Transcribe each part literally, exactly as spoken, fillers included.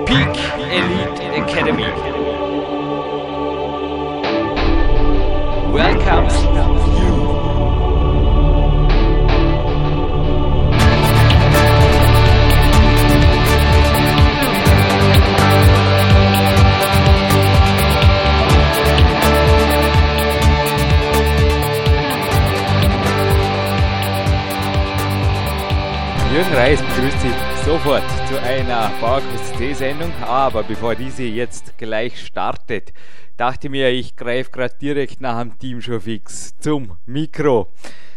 Peak Elite Academy. Welcomes you. Jürgen Reis begrüßt Sie sofort zu einer PowerQuest C Sendung, aber bevor diese jetzt gleich startet, dachte mir, ich greife gerade direkt nach dem Team schon fix zum Mikro.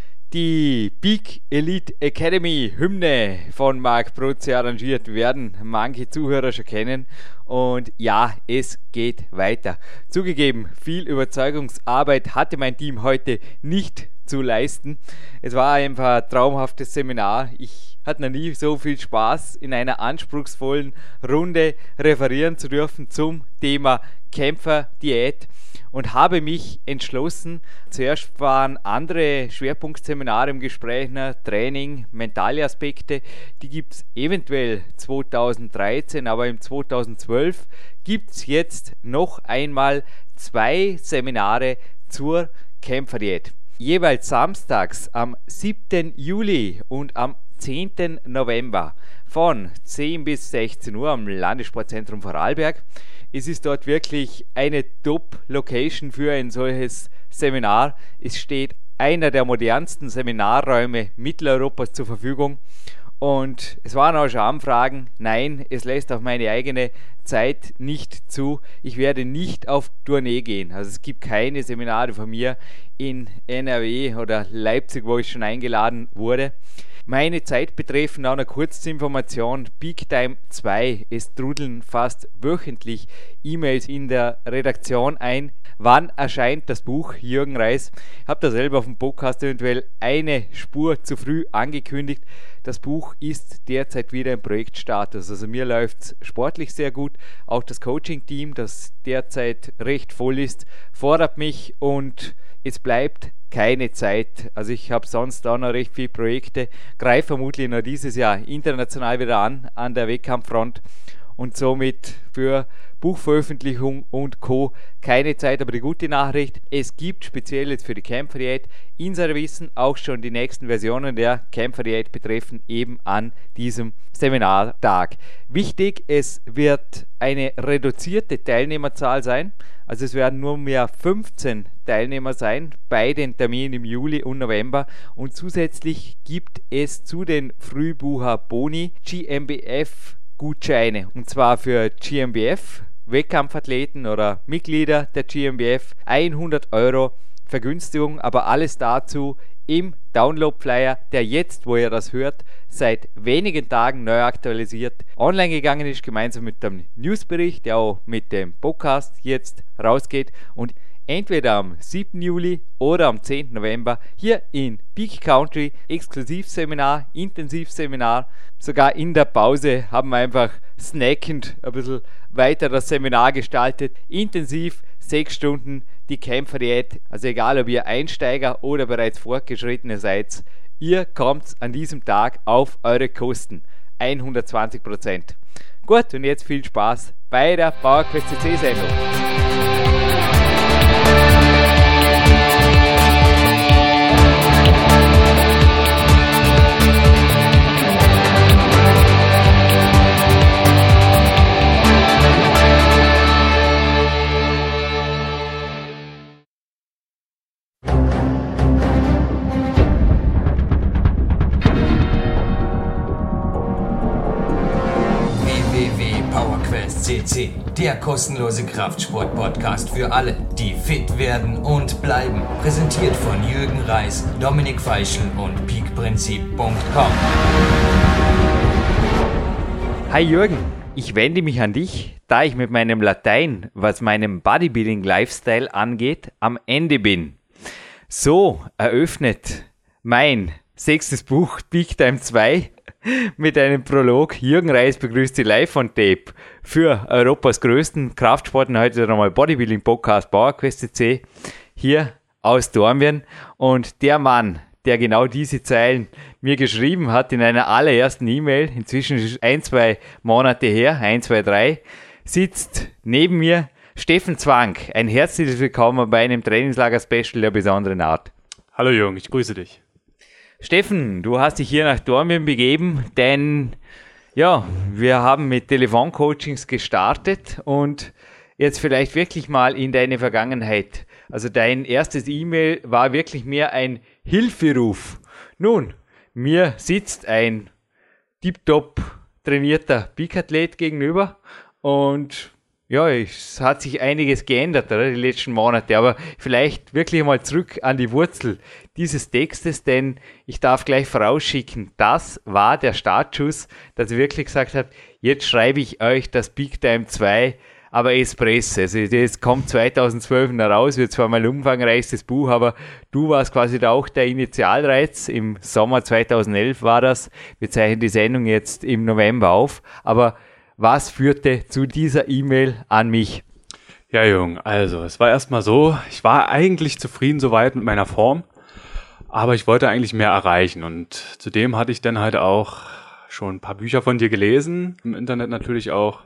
Die Peak Elite Academy Hymne von Marc Protze arrangiert, werden manche Zuhörer schon kennen. Und ja, es geht weiter. Zugegeben, viel Überzeugungsarbeit hatte mein Team heute nicht zu leisten. Es war einfach ein traumhaftes Seminar. Ich hatte noch nie so viel Spaß, in einer anspruchsvollen Runde referieren zu dürfen zum Thema Kämpferdiät und habe mich entschlossen. Zuerst waren andere Schwerpunktseminare im Gespräch, ne? Training, mentale Aspekte, die gibt es eventuell zweitausenddreizehn, aber im zweitausendzwölf gibt es jetzt noch einmal zwei Seminare zur Kämpferdiät. Jeweils samstags am siebten Juli und am zehnten November von zehn bis sechzehn Uhr am Landessportzentrum Vorarlberg. Es ist dort wirklich eine Top-Location für ein solches Seminar. Es steht einer der modernsten Seminarräume Mitteleuropas zur Verfügung. Und es waren auch schon Anfragen. Nein, es lässt auch meine eigene Zeit nicht zu. Ich werde nicht auf Tournee gehen. Also es gibt keine Seminare von mir in N R W oder Leipzig, wo ich schon eingeladen wurde. Meine Zeit betreffend auch eine Kurzinformation, Peak Time zwei, es trudeln fast wöchentlich E-Mails in der Redaktion ein. Wann erscheint das Buch, Jürgen Reis? Ich habe da selber auf dem Podcast eventuell eine Spur zu früh angekündigt. Das Buch ist derzeit wieder im Projektstatus. Also mir läuft es sportlich sehr gut. Auch das Coaching-Team, das derzeit recht voll ist, fordert mich und es bleibt keine Zeit. Also ich habe sonst auch noch recht viele Projekte, greife vermutlich noch dieses Jahr international wieder an, an der Wettkampffront und somit für Buchveröffentlichung und Co. keine Zeit. Aber die gute Nachricht, es gibt speziell jetzt für die Kämpferdiät unser Wissen auch schon die nächsten Versionen der Kämpferdiät betreffen, eben an diesem Seminartag. Wichtig, es wird eine reduzierte Teilnehmerzahl sein. Also es werden nur mehr fünfzehn Teilnehmer sein bei den Terminen im Juli und November. Und zusätzlich gibt es zu den Frühbucher-Boni G M B F-Gutscheine. Und zwar für G M B F, Wettkampfathleten oder Mitglieder der G M B F hundert Euro Vergünstigung. Aber alles dazu im Download-Flyer, der jetzt, wo ihr das hört, seit wenigen Tagen neu aktualisiert online gegangen ist, gemeinsam mit dem Newsbericht, der auch mit dem Podcast jetzt rausgeht und entweder am siebten Juli oder am zehnten November hier in Peak Country Exklusivseminar, Intensivseminar. Sogar in der Pause haben wir einfach snackend ein bisschen weiter das Seminar gestaltet. Intensiv sechs Stunden die Kämpferdiät. Also egal, ob ihr Einsteiger oder bereits Fortgeschrittene seid, ihr kommt an diesem Tag auf eure Kosten. hundertzwanzig Prozent. Gut, und jetzt viel Spaß bei der PowerQuest C C Sendung. C C, der kostenlose Kraftsport-Podcast für alle, die fit werden und bleiben. Präsentiert von Jürgen Reis, Dominik Feischl und peakprinzip punkt com. Hi Jürgen, ich wende mich an dich, da ich mit meinem Latein, was meinem Bodybuilding-Lifestyle angeht, am Ende bin. So eröffnet mein sechstes Buch Peak Time zwei mit einem Prolog. Jürgen Reis begrüßt Sie live on Tape für Europas größten Kraftsport und heute nochmal Bodybuilding Podcast PowerQuest C C hier aus Dornbirn. Und der Mann, der genau diese Zeilen mir geschrieben hat in einer allerersten E-Mail, inzwischen ist ein, zwei Monate her, ein, zwei, drei, sitzt neben mir Steffen Zwang. Ein herzliches Willkommen bei einem Trainingslager-Special der besonderen Art. Hallo Jürgen, ich grüße dich. Steffen, du hast dich hier nach Dornbirn begeben, denn ja, wir haben mit Telefoncoachings gestartet und jetzt vielleicht wirklich mal in deine Vergangenheit. Also dein erstes E-Mail war wirklich mehr ein Hilferuf. Nun, mir sitzt ein tiptop trainierter Peak-Athlet gegenüber und ja, es hat sich einiges geändert, oder, die letzten Monate, aber vielleicht wirklich mal zurück an die Wurzel dieses Textes, denn ich darf gleich vorausschicken, das war der Startschuss, dass ich wirklich gesagt habe, jetzt schreibe ich euch das Peak Time zwei, aber Espresso. Also das kommt zweitausendzwölf raus, wird zwar mal ein umfangreichstes Buch, aber du warst quasi da auch der Initialreiz. Im Sommer zweitausendelf war das. Wir zeichnen die Sendung jetzt im November auf, aber was führte zu dieser E-Mail an mich? Ja, Jürgen, also es war erstmal so, ich war eigentlich zufrieden soweit mit meiner Form, aber ich wollte eigentlich mehr erreichen und zudem hatte ich dann halt auch schon ein paar Bücher von dir gelesen, im Internet natürlich auch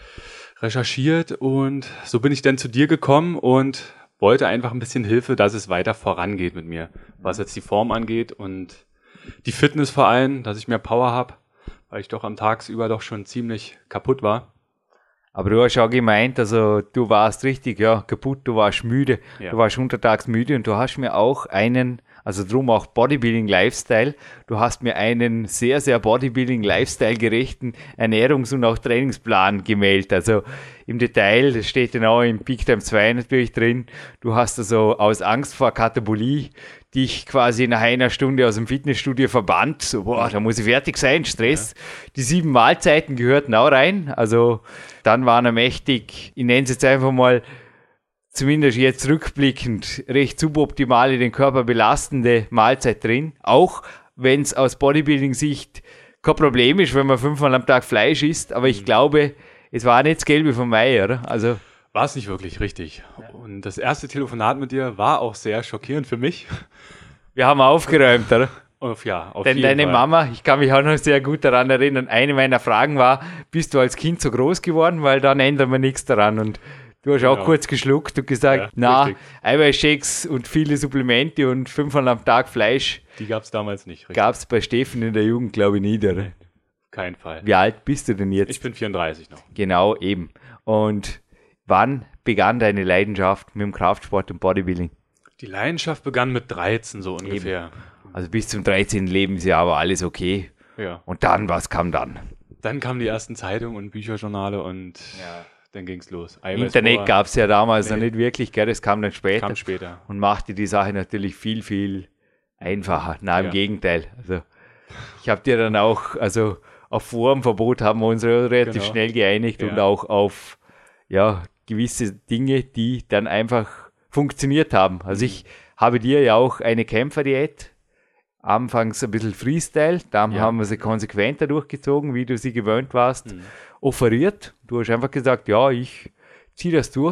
recherchiert und so bin ich dann zu dir gekommen und wollte einfach ein bisschen Hilfe, dass es weiter vorangeht mit mir, was jetzt die Form angeht und die Fitness vor allem, dass ich mehr Power habe, weil ich doch am Tagsüber doch schon ziemlich kaputt war. Aber du hast auch gemeint, also du warst richtig, ja, kaputt, du warst müde, ja. Du warst untertags müde und du hast mir auch einen, also drum auch Bodybuilding-Lifestyle, du hast mir einen sehr, sehr Bodybuilding-Lifestyle gerechten Ernährungs- und auch Trainingsplan gemeldet. Also im Detail, das steht genau im Peak Time zwei natürlich drin, du hast also aus Angst vor Katabolie dich quasi nach einer Stunde aus dem Fitnessstudio verbannt, so, boah, da muss ich fertig sein, Stress. Ja. Die sieben Mahlzeiten gehörten auch rein, also dann waren er mächtig, ich nenne es jetzt einfach mal, zumindest jetzt rückblickend, recht suboptimale, den Körper belastende Mahlzeit drin, auch wenn es aus Bodybuilding-Sicht kein Problem ist, wenn man fünfmal am Tag Fleisch isst, aber ich glaube, es war nicht das Gelbe vom Ei, oder? Also war es nicht wirklich richtig. Und das erste Telefonat mit dir war auch sehr schockierend für mich. Wir haben aufgeräumt, oder? Auf, ja, auf Denn jeden deine Fall. Mama, ich kann mich auch noch sehr gut daran erinnern, eine meiner Fragen war, bist du als Kind so groß geworden? Weil dann ändern wir nichts daran. Und du hast genau. auch kurz geschluckt und gesagt, ja, na, richtig. Eiweißshakes und viele Supplemente und fünfmal am Tag Fleisch. Die gab es damals nicht. Gab es bei Steffen in der Jugend, glaube ich, nicht, oder? Kein Fall. Wie alt bist du denn jetzt? Ich bin vierunddreißig noch. Genau, eben. Und wann begann deine Leidenschaft mit dem Kraftsport und Bodybuilding? Die Leidenschaft begann mit dreizehn so ungefähr. Eben. Also bis zum dreizehnten Lebensjahr war alles okay. Ja. Und dann, was kam dann? Dann kamen die ersten Zeitungen und Bücherjournale und ja. Dann ging es los. Internet gab es ja damals nee. noch nicht wirklich, gell? Das kam dann später. Kam später. Und machte die Sache natürlich viel, viel einfacher. Na, im ja. Gegenteil. Also ich habe dir dann auch, also auf Forenverbot haben wir uns relativ genau. schnell geeinigt ja. und auch auf ja, gewisse Dinge, die dann einfach funktioniert haben. Also ich habe dir ja auch eine Kämpferdiät, anfangs ein bisschen Freestyle, dann ja. haben wir sie konsequenter durchgezogen, wie du sie gewöhnt warst, mhm. offeriert. Du hast einfach gesagt, ja, ich ziehe das durch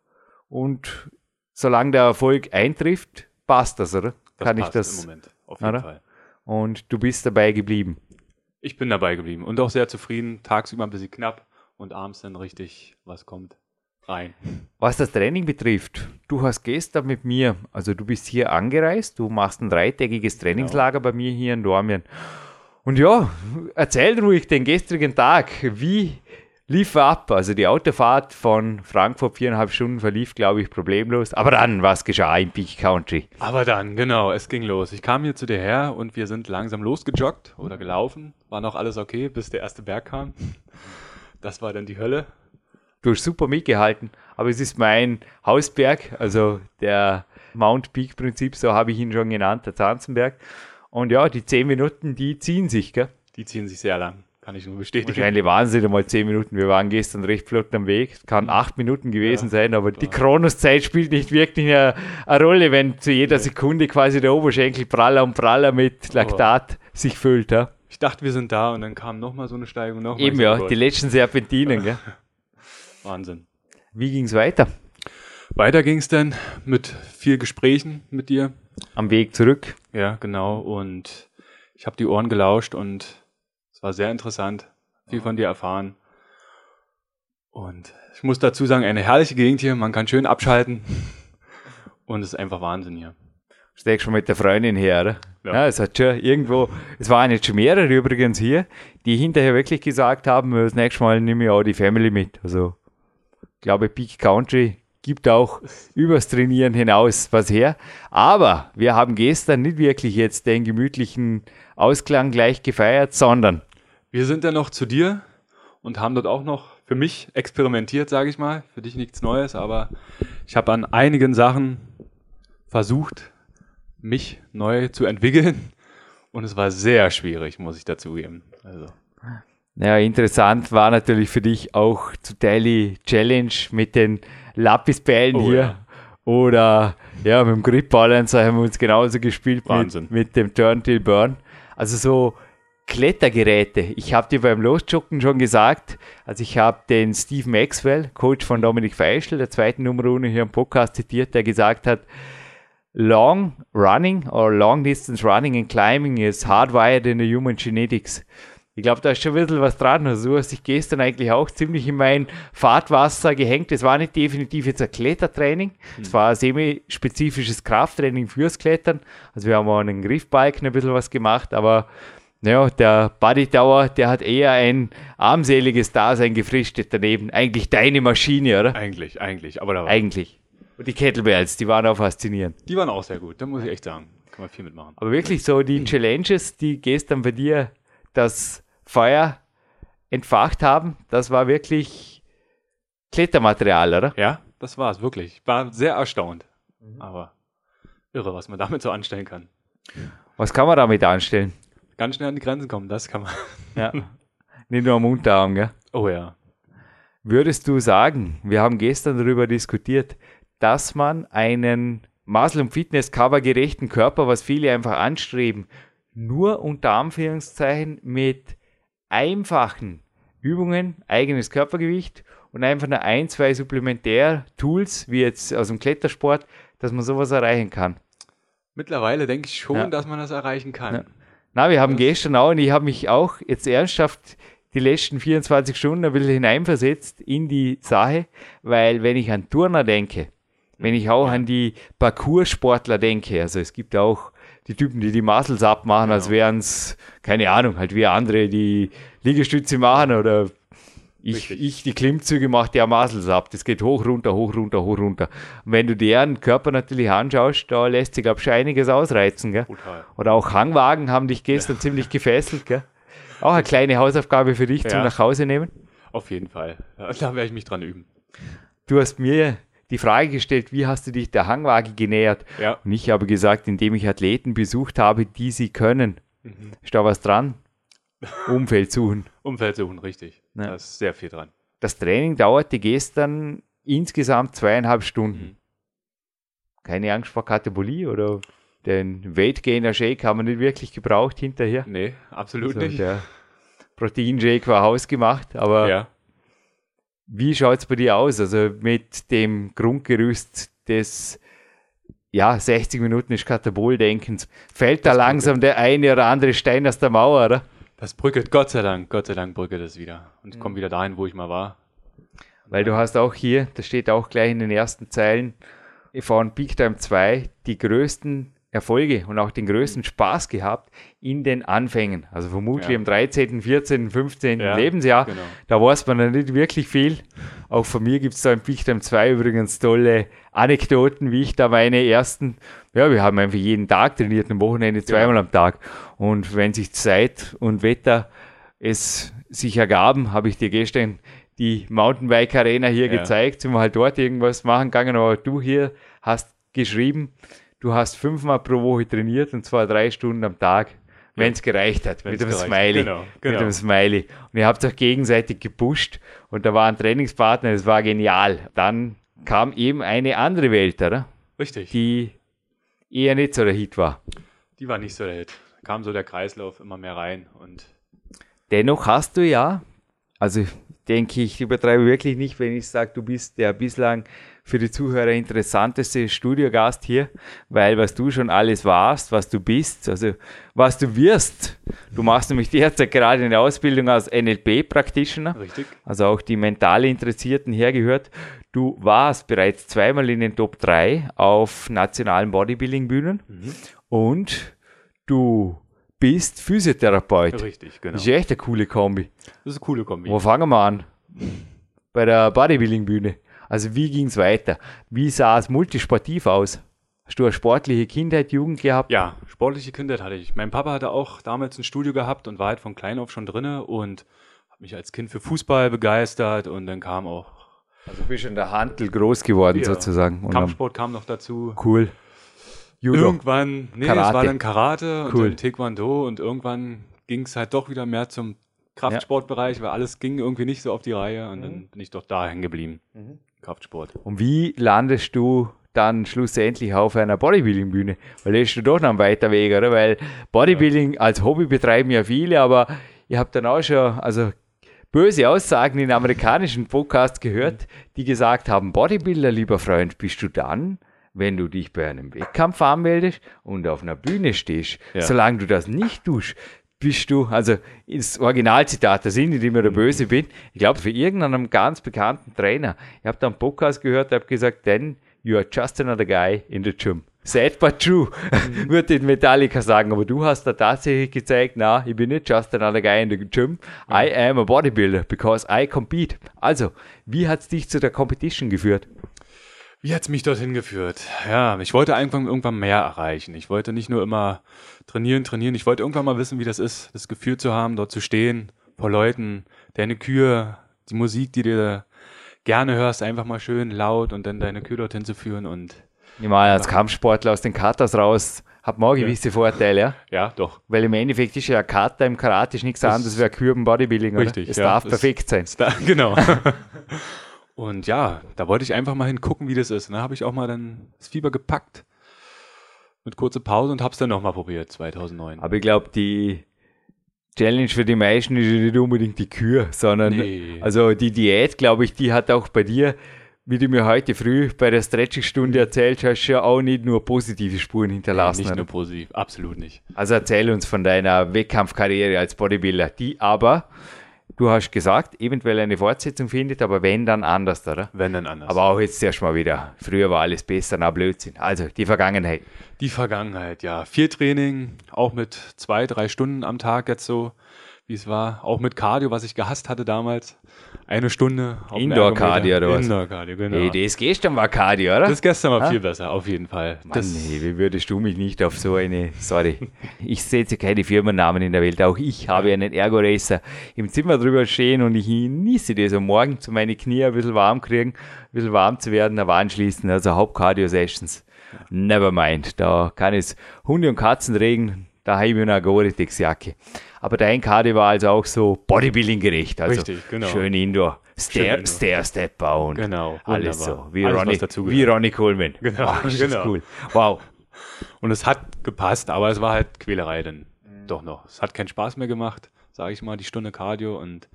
und solange der Erfolg eintrifft, passt das, oder? Das Kann passt ich das, im Moment, auf jeden oder? Fall. Und du bist dabei geblieben. Ich bin dabei geblieben und auch sehr zufrieden, tagsüber ein bisschen knapp und abends dann richtig, was kommt, rein. Was das Training betrifft, du hast gestern mit mir, also du bist hier angereist, du machst ein dreitägiges Trainingslager genau. bei mir hier in Dornbirn. Und ja, erzähl ruhig den gestrigen Tag, wie lief er ab? Also die Autofahrt von Frankfurt viereinhalb Stunden verlief, glaube ich, problemlos. Aber dann, was geschah im Peak Country? Aber dann, genau, es ging los. Ich kam hier zu dir her und wir sind langsam losgejoggt oder gelaufen. War noch alles okay, bis der erste Berg kam. Das war dann die Hölle. Du hast super mitgehalten, aber es ist mein Hausberg, also der Mount Peak Prinzip, so habe ich ihn schon genannt, der Zanzenberg. Und ja, die zehn Minuten, die ziehen sich, gell? Die ziehen sich sehr lang, kann ich nur bestätigen. Wahrscheinlich waren es nicht einmal zehn Minuten, wir waren gestern recht flott am Weg. Es kann acht Minuten gewesen ja, sein, aber die Kronoszeit spielt nicht wirklich eine, eine Rolle, wenn zu jeder Sekunde quasi der Oberschenkel praller und praller mit Laktat oh. sich füllt. Ja? Ich dachte, wir sind da und dann kam nochmal so eine Steigung. Noch Eben ja, die letzten Serpentinen. Gell? Wahnsinn. Wie ging es weiter? weiter ging es dann mit viel Gesprächen mit dir. Am Weg zurück. Ja, genau. Und ich habe die Ohren gelauscht und es war sehr interessant. Viel von dir erfahren. Und ich muss dazu sagen, eine herrliche Gegend hier. Man kann schön abschalten. Und es ist einfach Wahnsinn hier. Steckst schon mit der Freundin her, oder? Ja. Ja, es hat schon irgendwo, es waren jetzt schon mehrere übrigens hier, die hinterher wirklich gesagt haben, das nächste Mal nehme ich auch die Family mit. Also, ich glaube, Peak Country gibt auch übers Trainieren hinaus was her. Aber wir haben gestern nicht wirklich jetzt den gemütlichen Ausklang gleich gefeiert, sondern Wir sind dann noch zu dir und haben dort auch noch für mich experimentiert, sage ich mal. Für dich nichts Neues, aber ich habe an einigen Sachen versucht, mich neu zu entwickeln. Und es war sehr schwierig, muss ich dazugeben. Also. ja, interessant war natürlich für dich auch zu Teil die Challenge mit den Lapisbällen Oh, hier. ja. Oder ja, mit dem Grip Balancer haben wir uns genauso gespielt Wahnsinn. mit, mit dem Turn Till Burn. Also so Klettergeräte. Ich habe dir beim Losjoggen schon gesagt, also ich habe den Steve Maxwell, Coach von Dominik Feischl, der zweiten Nummer hier im Podcast zitiert, der gesagt hat, long running or long distance running and climbing is hardwired in the human genetics. Ich glaube, da ist schon ein bisschen was dran. Also du hast dich gestern eigentlich auch ziemlich in mein Fahrtwasser gehängt. Es war nicht definitiv jetzt ein Klettertraining. Es war ein semi-spezifisches Krafttraining fürs Klettern. Also wir haben auch einen Griffbalken ein bisschen was gemacht, aber ja, der Buddy Tower, der hat eher ein armseliges Dasein gefristet daneben. Eigentlich deine Maschine, oder? Eigentlich, eigentlich. Aber da war, Eigentlich. Und die Kettlebells, die waren auch faszinierend. die waren auch sehr gut, da muss ich echt sagen. Kann man viel mitmachen. Aber wirklich so die Challenges, die gestern bei dir das Feuer entfacht haben, das war wirklich Klettermaterial, oder? Ja, das war es, wirklich. Ich war sehr erstaunt. Aber irre, was man damit so anstellen kann. Was kann man damit anstellen? Ganz schnell an die Grenzen kommen, das kann man. Ja. Nicht nur am Unterarm, gell? Oh ja. Würdest du sagen, wir haben gestern darüber diskutiert, dass man einen Muscle- und Fitness-Cover-gerechten Körper, was viele einfach anstreben, nur unter Anführungszeichen mit einfachen Übungen, eigenes Körpergewicht und einfach nur ein, zwei Supplementär-Tools, wie jetzt aus dem Klettersport, dass man sowas erreichen kann? Mittlerweile denke ich schon, Ja. dass man das erreichen kann. Ja. Na, wir haben gestern auch, und ich habe mich auch jetzt ernsthaft die letzten vierundzwanzig Stunden ein bisschen hineinversetzt in die Sache, weil wenn ich an Turner denke, wenn ich auch an die Parcoursportler denke, also es gibt auch die Typen, die die Muscles abmachen, als wären es, keine Ahnung, halt wie andere, die Liegestütze machen oder ich, Richtig. ich die Klimmzüge mache, der Muscles ab. Das geht hoch, runter, hoch, runter, hoch, runter. Und wenn du deren Körper natürlich anschaust, da lässt sich, glaube ich, schon einiges ausreizen. Gell? Brutal. Oder auch Hangwagen haben dich gestern ziemlich gefesselt. Gell? Auch eine kleine Hausaufgabe für dich zum Ja. nach Hause nehmen. Auf jeden Fall. Da, da werde ich mich dran üben. Du hast mir die Frage gestellt, wie hast du dich der Hangwaage genähert? Ja. Und ich habe gesagt, indem ich Athleten besucht habe, die sie können. Mhm. Ist da was dran? Umfeld suchen. Umfeld suchen, richtig. Ja. Da ist sehr viel dran. Das Training dauerte gestern insgesamt zweieinhalb Stunden. Mhm. Keine Angst vor Katabolie oder den Weight Gainer Shake haben wir nicht wirklich gebraucht hinterher. Nee, absolut Also nicht. der Protein Shake war hausgemacht, aber Ja. wie schaut es bei dir aus? Also mit dem Grundgerüst des ja, sechzig Minuten ist Kataboldenkens. Fällt da Das langsam der eine oder andere Stein aus der Mauer, oder? Das brückelt, Gott sei Dank, Gott sei Dank brückelt es wieder. Und ich Mhm. komme wieder dahin, wo ich mal war. Weil du hast auch hier, das steht auch gleich in den ersten Zeilen von Peak Time zwei, die größten Erfolge und auch den größten Spaß gehabt in den Anfängen. Also vermutlich Ja. im dreizehnten, vierzehnten, fünfzehnten Ja, Lebensjahr. genau. Da weiß man noch nicht wirklich viel. Auch von mir gibt es da im Peak Time zwei übrigens tolle Anekdoten, wie ich da meine ersten, ja, wir haben einfach jeden Tag trainiert, am Wochenende zweimal am Tag. Und wenn sich Zeit und Wetter es sich ergaben, habe ich dir gestern die Mountainbike Arena hier Ja. gezeigt, sind wir halt dort irgendwas machen gegangen, aber du hier hast geschrieben, du hast fünfmal pro Woche trainiert und zwar drei Stunden am Tag, wenn es gereicht hat, Wenn's mit dem gereicht hat. Smiley. Genau, Mit genau. dem Smiley. Und ihr habt euch gegenseitig gepusht und da war ein Trainingspartner, das war genial. Dann kam eben eine andere Welt, oder? Richtig. Die eher nicht so der Hit war. Die war nicht so der Hit. Da kam so der Kreislauf immer mehr rein und Dennoch hast du ja, also denke ich, übertreibe wirklich nicht, wenn ich sage, du bist der bislang für die Zuhörer interessanteste Studiogast hier, weil was du schon alles warst, was du bist, also was du wirst. Du machst nämlich derzeit gerade eine Ausbildung als N L P-Practitioner. Richtig. Also auch die mental Interessierten hergehört. Du warst bereits zweimal in den Top drei auf nationalen Bodybuilding-Bühnen Mhm. und du bist Physiotherapeut. Richtig, genau. Das ist echt eine coole Kombi. Das ist eine coole Kombi. Wo fangen wir an? Bei der Bodybuilding-Bühne. Also wie ging es weiter? Wie sah es multisportiv aus? Hast du eine sportliche Kindheit, Jugend gehabt? Ja, sportliche Kindheit hatte ich. Mein Papa hatte auch damals ein Studio gehabt und war halt von klein auf schon drinne und hat mich als Kind für Fußball begeistert und dann kam auch Also bist du in der Hantel groß geworden Ja. sozusagen. Und Kampfsport kam noch dazu. dann, cool. Judo. Irgendwann, nee, Karate. es war dann Karate Cool. und dann Taekwondo und irgendwann ging es halt doch wieder mehr zum Kraftsportbereich, weil alles ging irgendwie nicht so auf die Reihe und dann bin ich doch da hängen geblieben. Kraftsport. Und wie landest du dann schlussendlich auf einer Bodybuilding-Bühne? Weil da ist du doch noch ein weiter Weg, oder? Weil Bodybuilding als Hobby betreiben ja viele, aber ihr habt dann auch schon, also böse Aussagen in amerikanischen Podcasts gehört, die gesagt haben, Bodybuilder, lieber Freund, bist du dann, wenn du dich bei einem Wettkampf anmeldest und auf einer Bühne stehst. Ja. Solange du das nicht tust, bist du, also ins Originalzitat, da sind nicht immer der Böse bin, ich glaube für irgendeinen ganz bekannten Trainer. Ich habe da einen Podcast gehört, habe gesagt, then you are just another guy in the gym. Sad but true, würde den Metallica sagen, aber du hast da tatsächlich gezeigt, na, ich bin nicht just another guy in the gym, I am a bodybuilder, because I compete. Also, wie hat es dich zu der Competition geführt? Wie hat es mich dorthin geführt? Ja, ich wollte irgendwann, irgendwann mehr erreichen. Ich wollte nicht nur immer trainieren, trainieren. Ich wollte irgendwann mal wissen, wie das ist, das Gefühl zu haben, dort zu stehen, vor Leuten, deine Kühe, die Musik, die du gerne hörst, einfach mal schön laut und dann deine Kühe dorthin zu führen und Ich meine, als Kampfsportler aus den Katas raus, hat man auch gewisse Vorteile, ja? ja, doch. Weil im Endeffekt ist ja ein Kata im Karate ist nichts anderes wie ein Kürben Bodybuilding, oder? Richtig, Es ja, darf das- perfekt sein. Da, genau. Und ja, da wollte ich einfach mal hingucken, wie das ist. Und da habe ich auch mal dann das Fieber gepackt mit kurzer Pause und habe es dann nochmal probiert, zweitausendneun. Aber ich glaube, die Challenge für die meisten ist ja nicht unbedingt die Kür, sondern Nee. also die Diät, glaube ich, die hat auch bei dir, wie du mir heute früh bei der Stretching-Stunde erzählt hast, ja auch nicht nur positive Spuren hinterlassen. Nicht oder? nur positiv, absolut nicht. Also erzähl uns von deiner Wettkampfkarriere als Bodybuilder, die aber, du hast gesagt, eventuell eine Fortsetzung findet, aber wenn, dann anders, oder? Wenn dann anders. Aber auch jetzt erst mal wieder. Früher war alles besser, na Blödsinn. Also die Vergangenheit. Die Vergangenheit, ja. Viel Training, auch mit zwei, drei Stunden am Tag jetzt so, wie es war. Auch mit Cardio, was ich gehasst hatte damals. Eine Stunde. auf dem Indoor-Cardio Ergometer. oder was? Indoor-Cardio, genau. Hey, das gestern war Cardio, oder? das gestern war Ah? viel besser, auf jeden Fall. Mann, Das, hey, wie würdest du mich nicht auf so eine, sorry, ich setze keine Firmennamen in der Welt, auch ich habe einen Ergo-Racer im Zimmer drüber stehen und ich genieße das am Morgen zu meine Knie ein bisschen warm kriegen, ein bisschen warm zu werden, aber anschließend, also Haupt-Cardio-Sessions, never mind, da kann es Hunde und Katzen regen, da habe ich mir eine Gore-Tex-Jacke. Aber dein Cardio war also auch so Bodybuilding-gerecht, also Richtig, genau. schön Indoor, Stair, Indoor. Stair-Stepper und Genau, alles wunderbar. so, wie, Alles, was Ronnie, dazugehört. wie Ronnie Coleman. Genau, Wow, ist das genau. cool. Wow. Und es hat gepasst, aber es war halt Quälerei dann doch noch. Es hat keinen Spaß mehr gemacht, sage ich mal, die Stunde Cardio und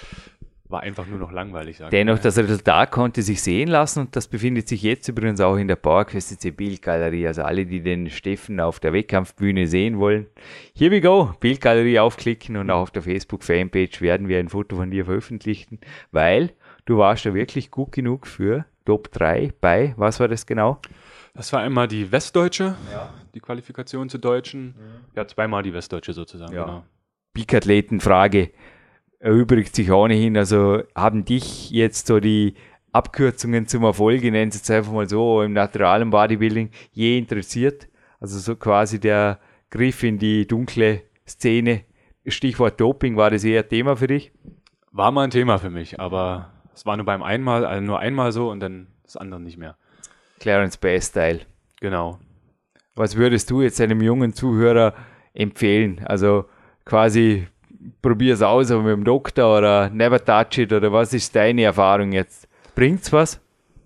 war einfach nur noch langweilig. Sag ich Dennoch, mal. das Resultat konnte sich sehen lassen und das befindet sich jetzt übrigens auch in der PowerQuest C C Bildgalerie. Also alle, die den Steffen auf der Wettkampfbühne sehen wollen, here we go, Bildgalerie aufklicken und auch auf der Facebook-Fanpage werden wir ein Foto von dir veröffentlichen, weil du warst ja wirklich gut genug für Top drei bei, was war das genau? Das war einmal die Westdeutsche, die Qualifikation zur Deutschen. Ja, zweimal die Westdeutsche sozusagen. Ja. Genau. Peak-Athleten-Frage erübrigt sich ohnehin. Also haben dich jetzt so die Abkürzungen zum Erfolg, ich nenne es jetzt einfach mal so, im naturalen Bodybuilding je interessiert? Also so quasi der Griff in die dunkle Szene, Stichwort Doping, war das eher Thema für dich? War mal ein Thema für mich, aber es war nur beim einmal, also nur einmal so und dann das andere nicht mehr. Clarence Bass-Style. Genau. Was würdest du jetzt einem jungen Zuhörer empfehlen? Also quasi probier es aus, aber mit dem Doktor oder never touch it oder was ist deine Erfahrung jetzt? Bringt's was?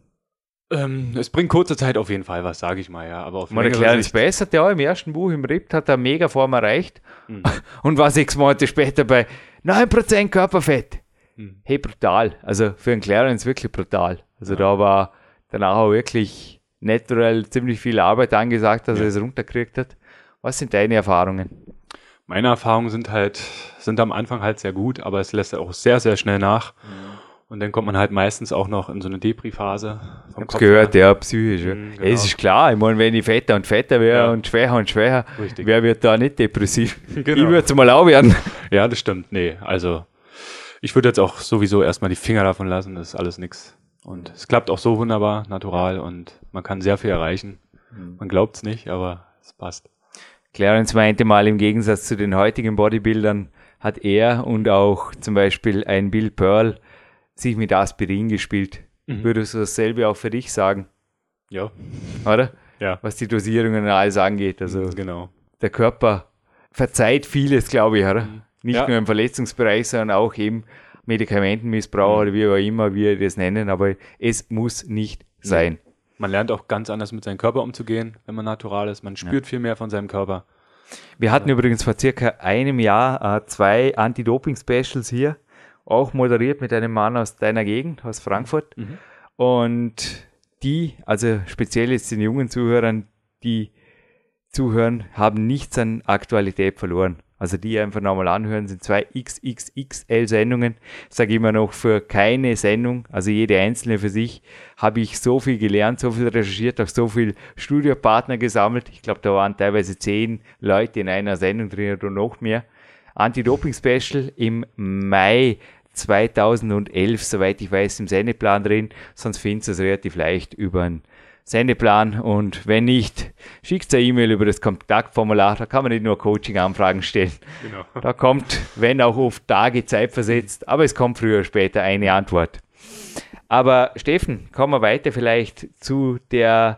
Ähm, es bringt kurze Zeit auf jeden Fall was, sage ich mal, ja. Aber auf Man längere erklärt es Sicht- besser, der auch im ersten Buch im Ript hat er mega Form erreicht Mhm. und war sechs Monate später bei neun Prozent Körperfett. Mhm. Hey, brutal. Also für einen Clarence wirklich brutal. Also da war danach auch wirklich natural ziemlich viel Arbeit angesagt, dass ja. er es runtergekriegt hat. Was sind deine Erfahrungen? Meine Erfahrungen sind halt, sind am Anfang halt sehr gut, aber es lässt auch sehr, sehr schnell nach. Mhm. Und dann kommt man halt meistens auch noch in so eine Depri-Phase. Ich hab's gehört, ja, psychisch. Ja. Mhm, genau. Es ist klar, ich meine, wenn ich fetter und fetter wäre ja. und schwächer und schwächer, Richtig. wer wird da nicht depressiv? Genau. Ich würde es mal auch werden. Ja, das stimmt. Nee, also ich würde jetzt auch sowieso erstmal die Finger davon lassen, das ist alles nix. Und es klappt auch so wunderbar, natural und man kann sehr viel erreichen. Mhm. Man glaubt es nicht, aber es passt. Clarence meinte mal, im Gegensatz zu den heutigen Bodybuildern hat er und auch zum Beispiel ein Bill Pearl sich mit Aspirin gespielt. Mhm. Würdest du dasselbe auch für dich sagen? Ja. Oder? Ja. Was die Dosierungen und alles angeht. Also mhm, genau. Der Körper verzeiht vieles, glaube ich, oder? Mhm. Nicht ja. nur im Verletzungsbereich, sondern auch im Medikamentenmissbrauch mhm. oder wie auch immer wir das nennen, aber es muss nicht sein. Man lernt auch ganz anders mit seinem Körper umzugehen, wenn man natural ist. Man spürt ja. viel mehr von seinem Körper. Wir hatten ja. übrigens vor circa einem Jahr äh, zwei Anti-Doping-Specials hier, auch moderiert mit einem Mann aus deiner Gegend, aus Frankfurt. Mhm. Und die, also speziell jetzt den jungen Zuhörern, die zuhören, haben nichts an Aktualität verloren. Also die einfach nochmal anhören, sind zwei X X X L-Sendungen. Sage immer noch, für keine Sendung, also jede einzelne für sich, habe ich so viel gelernt, so viel recherchiert, auch so viel Studiopartner gesammelt. Ich glaube, da waren teilweise zehn Leute in einer Sendung drin oder noch mehr. Anti-Doping-Special im Mai zweitausendelf, soweit ich weiß, im Sendeplan drin. Sonst findest du es relativ leicht über einen Sendeplan. Und wenn nicht, schickt eine E-Mail über das Kontaktformular. Da kann man nicht nur Coaching-Anfragen stellen. Genau. Da kommt, wenn auch oft Tage Zeit versetzt, aber es kommt früher oder später eine Antwort. Aber Steffen, kommen wir weiter vielleicht zu der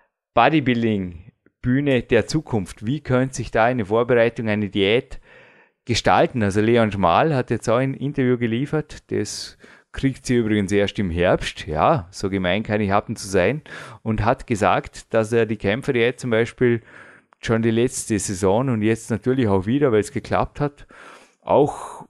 Bodybuilding-Bühne der Zukunft. Wie könnte sich da eine Vorbereitung, eine Diät gestalten? Also Leon Schmal hat jetzt auch ein Interview geliefert, das kriegt sie übrigens erst im Herbst, ja, so gemein kann ich haben zu sein, und hat gesagt, dass er die Kämpferdiät zum Beispiel schon die letzte Saison und jetzt natürlich auch wieder, weil es geklappt hat, auch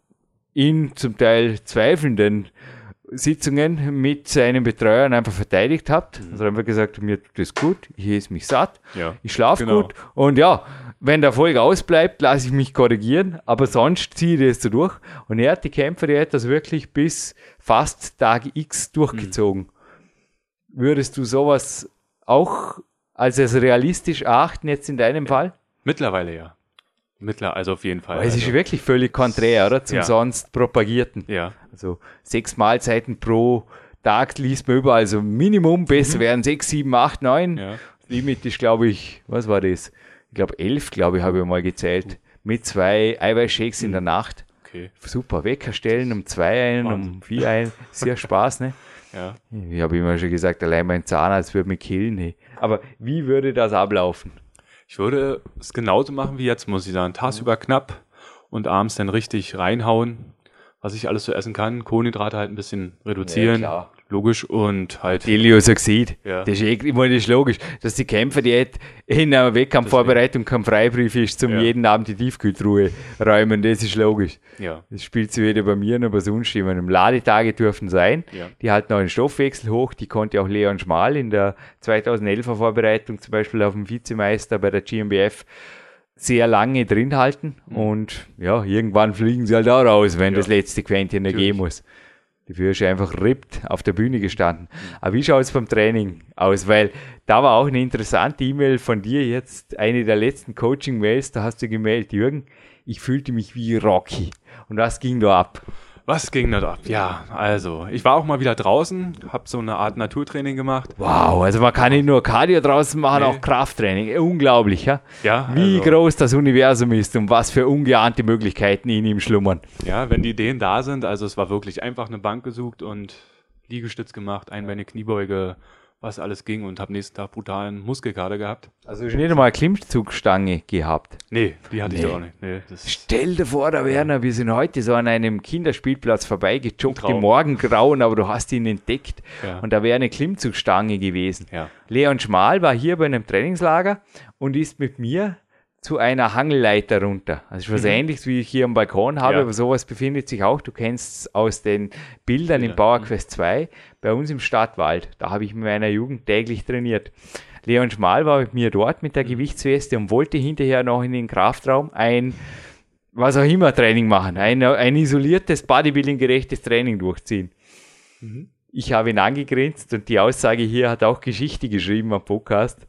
in zum Teil zweifelnden Sitzungen mit seinen Betreuern einfach verteidigt hat. Mhm. Also haben wir gesagt, mir tut das gut, ich esse mich satt, ja, ich schlafe genau. gut und ja, wenn der Erfolg ausbleibt, lasse ich mich korrigieren, aber sonst ziehe ich das so durch. Und er hat die Kämpferdiät das wirklich bis fast Tag X durchgezogen. Mhm. Würdest du sowas auch als realistisch erachten jetzt in deinem ja. Fall? Mittlerweile ja. Mittler, also auf jeden Fall. Aber es also. ist wirklich völlig konträr, oder? Zum ja. sonst Propagierten. Ja. Also sechs Mahlzeiten pro Tag liest man überall. Also Minimum, besser mhm. wären sechs, sieben, acht, neun. Ja. Limit ist, glaube ich, was war das? Ich glaube elf, glaube ich, habe ich mal gezählt. Mit zwei Eiweißshakes mhm. in der Nacht. Okay. Super, Wecker stellen, um zwei ein, Wahnsinn. um vier ein. Sehr Spaß, ne? Ja. Ich habe immer schon gesagt, allein mein Zahnarzt würde mich killen. Ne? Aber wie würde das ablaufen? Ich würde es genauso machen wie jetzt, muss ich sagen. Tagsüber knapp und abends dann richtig reinhauen, was ich alles so essen kann. Kohlenhydrate halt ein bisschen reduzieren. Ja, klar. Logisch und halt. Iliosaxid. Ja. Das ist, eh, ich meine, das ist logisch, dass die Kämpferdiät in einer Wettkampfvorbereitung kein Freibrief ist, zum ja. jeden Abend die Tiefkühltruhe räumen. Das ist logisch. Ja. Das spielt sich weder bei mir noch bei sonst jemandem. Ladetage dürfen sein. Ja. Die halten auch den Stoffwechsel hoch. Die konnte auch Leon Schmal in der zweitausendelfer Vorbereitung, zum Beispiel auf dem Vizemeister bei der G M B F, sehr lange drin halten. Mhm. Und ja, irgendwann fliegen sie halt auch raus, wenn ja. das letzte Quäntchen ergeben muss. Dafür ist er einfach rippt auf der Bühne gestanden. Mhm. Aber wie schaut es beim Training aus? Weil da war auch eine interessante E-Mail von dir jetzt, eine der letzten Coaching-Mails, da hast du gemeldet, Jürgen, ich fühlte mich wie Rocky. Und was ging da ab? Was ging da ab? Ja, also, ich war auch mal wieder draußen, habe so eine Art Naturtraining gemacht. Wow, also man kann nicht nur Cardio draußen machen, nee. auch Krafttraining. Unglaublich, ja? Ja. Wie also, groß das Universum ist und was für ungeahnte Möglichkeiten in ihm schlummern. Ja, wenn die Ideen da sind, also es war wirklich einfach eine Bank gesucht und Liegestütz gemacht, Einbeine, Kniebeuge, was alles ging und habe nächsten Tag brutalen Muskelkater gehabt. Also du hast nicht einmal eine Klimmzugstange gehabt? Nee, die hatte nee. ich auch nicht. Nee, das Stell dir vor, da Werner, wir sind heute so an einem Kinderspielplatz vorbeigejoggt im Morgengrauen, aber du hast ihn entdeckt ja. und da wäre eine Klimmzugstange gewesen. Ja. Leon Schmal war hier bei einem Trainingslager und ist mit mir zu einer Hangelleiter runter. Also was mhm. Ähnliches, wie ich hier am Balkon habe, ja. aber sowas befindet sich auch. Du kennst es aus den Bildern ja. im PowerQuest zwei, bei uns im Stadtwald. Da habe ich in meiner Jugend täglich trainiert. Leon Schmal war mit mir dort mit der mhm. Gewichtsweste und wollte hinterher noch in den Kraftraum ein, was auch immer, Training machen. Ein, ein isoliertes, Bodybuilding-gerechtes Training durchziehen. Mhm. Ich habe ihn angegrinst und die Aussage hier hat auch Geschichte geschrieben am Podcast.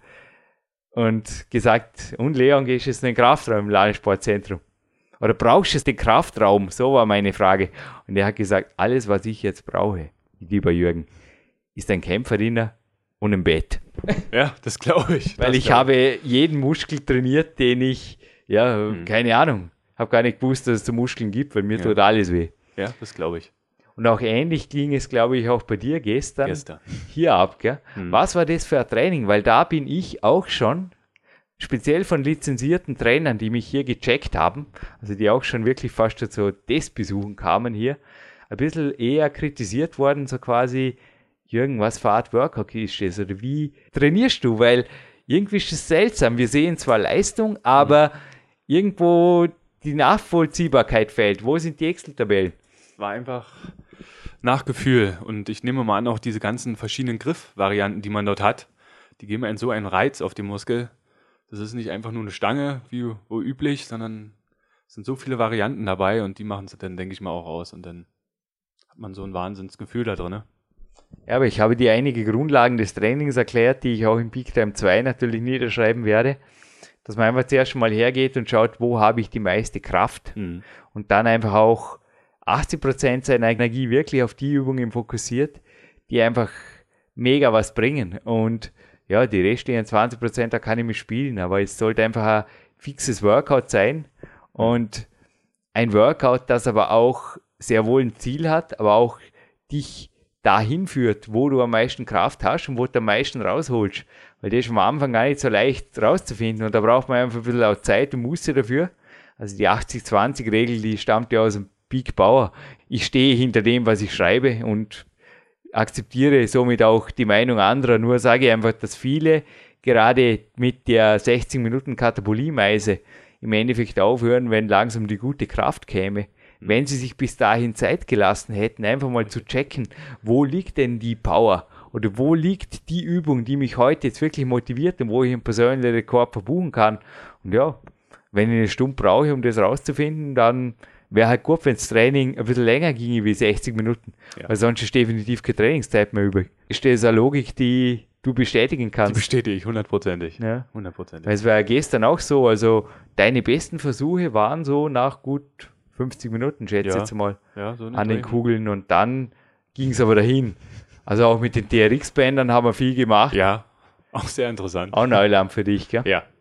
Und gesagt, und Leon, gehst du jetzt in den Kraftraum im Landessportzentrum? Oder brauchst du den Kraftraum? So war meine Frage. Und er hat gesagt, alles, was ich jetzt brauche, lieber Jürgen, ist ein Kämpferdiener und ein Bett. Ja, das glaube ich. Weil ich habe jeden Muskel trainiert, den ich, ja, hm. keine Ahnung, habe gar nicht gewusst, dass es so Muskeln gibt, weil mir ja. tut alles weh. Ja, das glaube ich. Und auch ähnlich ging es, glaube ich, auch bei dir gestern, gestern. hier ab. Gell? Hm. Was war das für ein Training? Weil da bin ich auch schon, speziell von lizenzierten Trainern, die mich hier gecheckt haben, also die auch schon wirklich fast zu Testbesuchen kamen hier, ein bisschen eher kritisiert worden, so quasi, Jürgen, was für Art Workout ist das? Oder wie trainierst du? Weil irgendwie ist es seltsam. Wir sehen zwar Leistung, aber hm. irgendwo die Nachvollziehbarkeit fehlt. Wo sind die Excel-Tabellen? War einfach nach Gefühl. Und ich nehme mal an, auch diese ganzen verschiedenen Griffvarianten, die man dort hat, die geben einen so einen Reiz auf den Muskel. Das ist nicht einfach nur eine Stange, wie wo üblich, sondern es sind so viele Varianten dabei und die machen es dann, denke ich mal, auch aus. Und dann hat man so ein Wahnsinnsgefühl da drin. Ja, aber ich habe dir einige Grundlagen des Trainings erklärt, die ich auch im Peak Time zwei natürlich niederschreiben werde. Dass man einfach zuerst mal hergeht und schaut, wo habe ich die meiste Kraft. Mhm. Und dann einfach auch achtzig Prozent seiner Energie wirklich auf die Übungen fokussiert, die einfach mega was bringen. Und ja, die restlichen zwanzig Prozent, da kann ich mich spielen, aber es sollte einfach ein fixes Workout sein und ein Workout, das aber auch sehr wohl ein Ziel hat, aber auch dich dahin führt, wo du am meisten Kraft hast und wo du am meisten rausholst. Weil das ist am Anfang gar nicht so leicht rauszufinden und da braucht man einfach ein bisschen auch Zeit und Muße dafür. Also die achtzig zwanzig Regel, die stammt ja aus dem Peak Power. Ich stehe hinter dem, was ich schreibe und akzeptiere somit auch die Meinung anderer. Nur sage ich einfach, dass viele gerade mit der sechzig Minuten Katabolie-Meise im Endeffekt aufhören, wenn langsam die gute Kraft käme. Wenn sie sich bis dahin Zeit gelassen hätten, einfach mal zu checken, wo liegt denn die Power oder wo liegt die Übung, die mich heute jetzt wirklich motiviert und wo ich einen persönlichen Rekord verbuchen kann. Und ja, wenn ich eine Stunde brauche, um das rauszufinden, dann wäre halt gut, wenn das Training ein bisschen länger ginge wie sechzig Minuten, ja. Weil sonst ist definitiv keine Trainingszeit mehr übrig. Ist das eine Logik, die du bestätigen kannst? Die bestätige ich hundertprozentig. Ja. hundertprozentig. Weil es war ja gestern auch so, also deine besten Versuche waren so nach gut fünfzig Minuten, schätze ich ja. jetzt mal, ja, so an den Kugeln und dann ging es aber dahin. Also auch mit den T R X-Bändern haben wir viel gemacht. Ja, auch sehr interessant. Auch Neuland für dich, gell? Ja,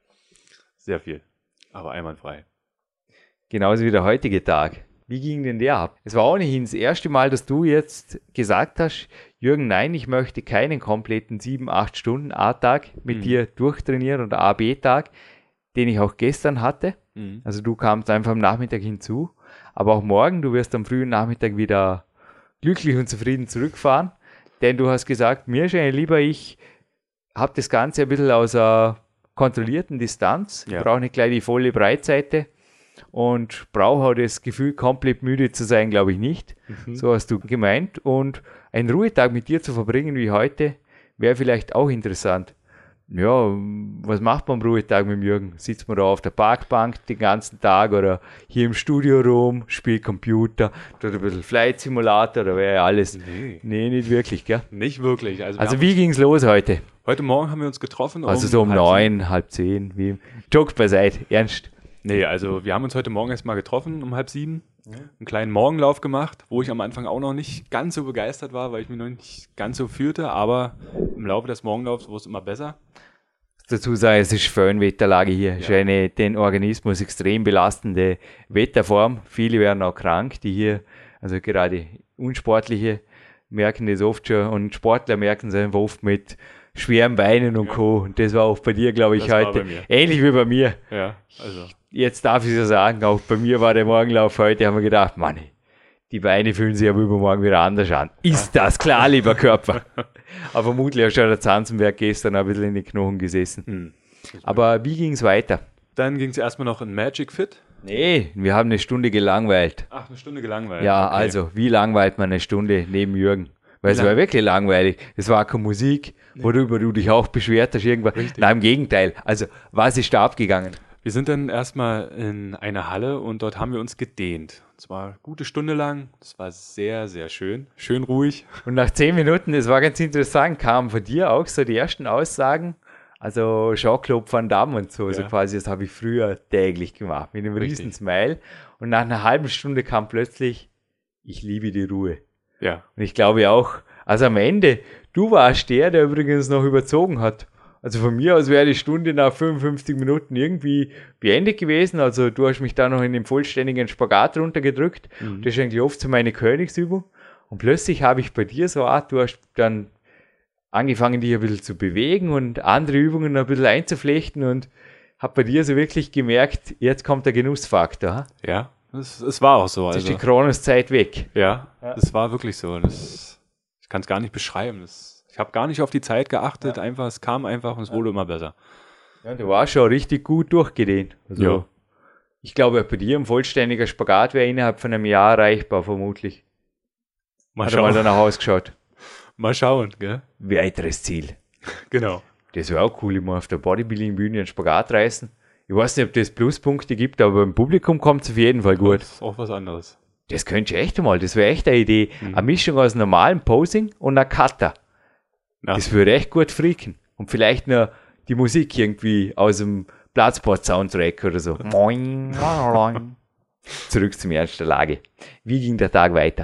sehr viel, aber einwandfrei. Genauso wie der heutige Tag. Wie ging denn der ab? Es war ohnehin das erste Mal, dass du jetzt gesagt hast, Jürgen, nein, ich möchte keinen kompletten sieben, acht Stunden A-Tag mit mhm. dir durchtrainieren oder A B-Tag, den ich auch gestern hatte. Mhm. Also du kamst einfach am Nachmittag hinzu, aber auch morgen, du wirst am frühen Nachmittag wieder glücklich und zufrieden zurückfahren, denn du hast gesagt, mir ist eigentlich lieber, ich habe das Ganze ein bisschen aus einer kontrollierten Distanz, ja. Ich brauche nicht gleich die volle Breitseite und brauche auch das Gefühl, komplett müde zu sein, glaube ich nicht. Mhm. So hast du gemeint. Und einen Ruhetag mit dir zu verbringen wie heute, wäre vielleicht auch interessant. Ja, was macht man am Ruhetag mit dem Jürgen? Sitzt man da auf der Parkbank den ganzen Tag oder hier im Studio rum, spielt Computer, tut ein bisschen Flight Simulator, da wäre ja alles. Nee. nee, nicht wirklich, gell? Nicht wirklich. Also, also wie ging's los heute? Heute Morgen haben wir uns getroffen. Also um so um halb neun, zehn. halb zehn. Wie? Joke beiseite, ernst. Nee, also wir haben uns heute Morgen erstmal getroffen um halb sieben, ja. Einen kleinen Morgenlauf gemacht, wo ich am Anfang auch noch nicht ganz so begeistert war, weil ich mich noch nicht ganz so fühlte, aber im Laufe des Morgenlaufs wurde es immer besser. Dazu sagen, es ist Föhnwetterlage hier. Es ja. ist eine den Organismus extrem belastende Wetterform. Viele werden auch krank, die hier, also gerade Unsportliche merken das oft schon und Sportler merken es einfach oft mit schweren Beinen und ja. Co. Und das war auch bei dir, glaube ich, das heute. Ähnlich wie bei mir. Ja, also. Jetzt darf ich es ja sagen, auch bei mir war der Morgenlauf heute, haben wir gedacht, Mann, die Beine fühlen sich aber übermorgen wieder anders an. Ist das klar, lieber Körper? Aber vermutlich hat schon der Zanzenberg gestern ein bisschen in den Knochen gesessen. Mhm. Aber wie ging es weiter? dann ging es erstmal noch in Magic Fit. Nee, wir haben eine Stunde gelangweilt. Ach, eine Stunde gelangweilt. Ja, okay. Also, wie langweilt man eine Stunde neben Jürgen? Weil es Ja. war wirklich langweilig. Es war keine Musik, worüber du dich auch beschwert hast irgendwann. Richtig. Nein, im Gegenteil. Also, was ist da abgegangen? Wir sind dann erstmal in eine Halle und dort haben wir uns gedehnt. Und zwar eine gute Stunde lang. Es war sehr, sehr schön. Schön ruhig. Und nach zehn Minuten, das war ganz interessant, kamen von dir auch so die ersten Aussagen. Also Jean-Claude Van Damme und so, so Ja. quasi, das habe ich früher täglich gemacht, mit einem Richtig. riesen Smile. Und nach einer halben Stunde kam plötzlich, ich liebe die Ruhe. Ja. Und ich glaube auch, also am Ende, du warst der, der übrigens noch überzogen hat. Also von mir aus wäre die Stunde nach fünfundfünfzig Minuten irgendwie beendet gewesen. Also du hast mich da noch in den vollständigen Spagat runtergedrückt. Mhm. Das ist eigentlich oft so meine Königsübung. Und plötzlich habe ich bei dir so, ah, du hast dann angefangen, dich ein bisschen zu bewegen und andere Übungen ein bisschen einzuflechten und habe bei dir so wirklich gemerkt, jetzt kommt der Genussfaktor. Ha? Ja, es, es war auch so. Jetzt ist Also, die Kronoszeit weg. ja, Ja. das war wirklich so. Das, ich kann es gar nicht beschreiben. Das, ich habe gar nicht auf die Zeit geachtet. Einfach, es kam einfach und es wurde immer besser. Ja, du warst schon richtig gut durchgedehnt. Also, Ja. ich glaube, bei dir ein vollständiger Spagat wäre innerhalb von einem Jahr erreichbar, vermutlich. Mal Hat er mal schauen. danach ausgeschaut. Mal schauen, gell? Weiteres Ziel. Genau. Das wäre auch cool, ich muss auf der Bodybuilding-Bühne einen Spagat reißen. Ich weiß nicht, ob das Pluspunkte gibt, aber im Publikum kommt es auf jeden Fall gut. Das ist auch was anderes. Das könntest du echt mal, das wäre echt eine Idee. Mhm. Eine Mischung aus normalem Posing und einer Cutter. Ja. Das würde echt gut freaken. Und vielleicht noch die Musik irgendwie aus dem Platzport-Soundtrack oder so. Moin, moin. Zurück zum Ernst der Lage. Wie ging der Tag weiter?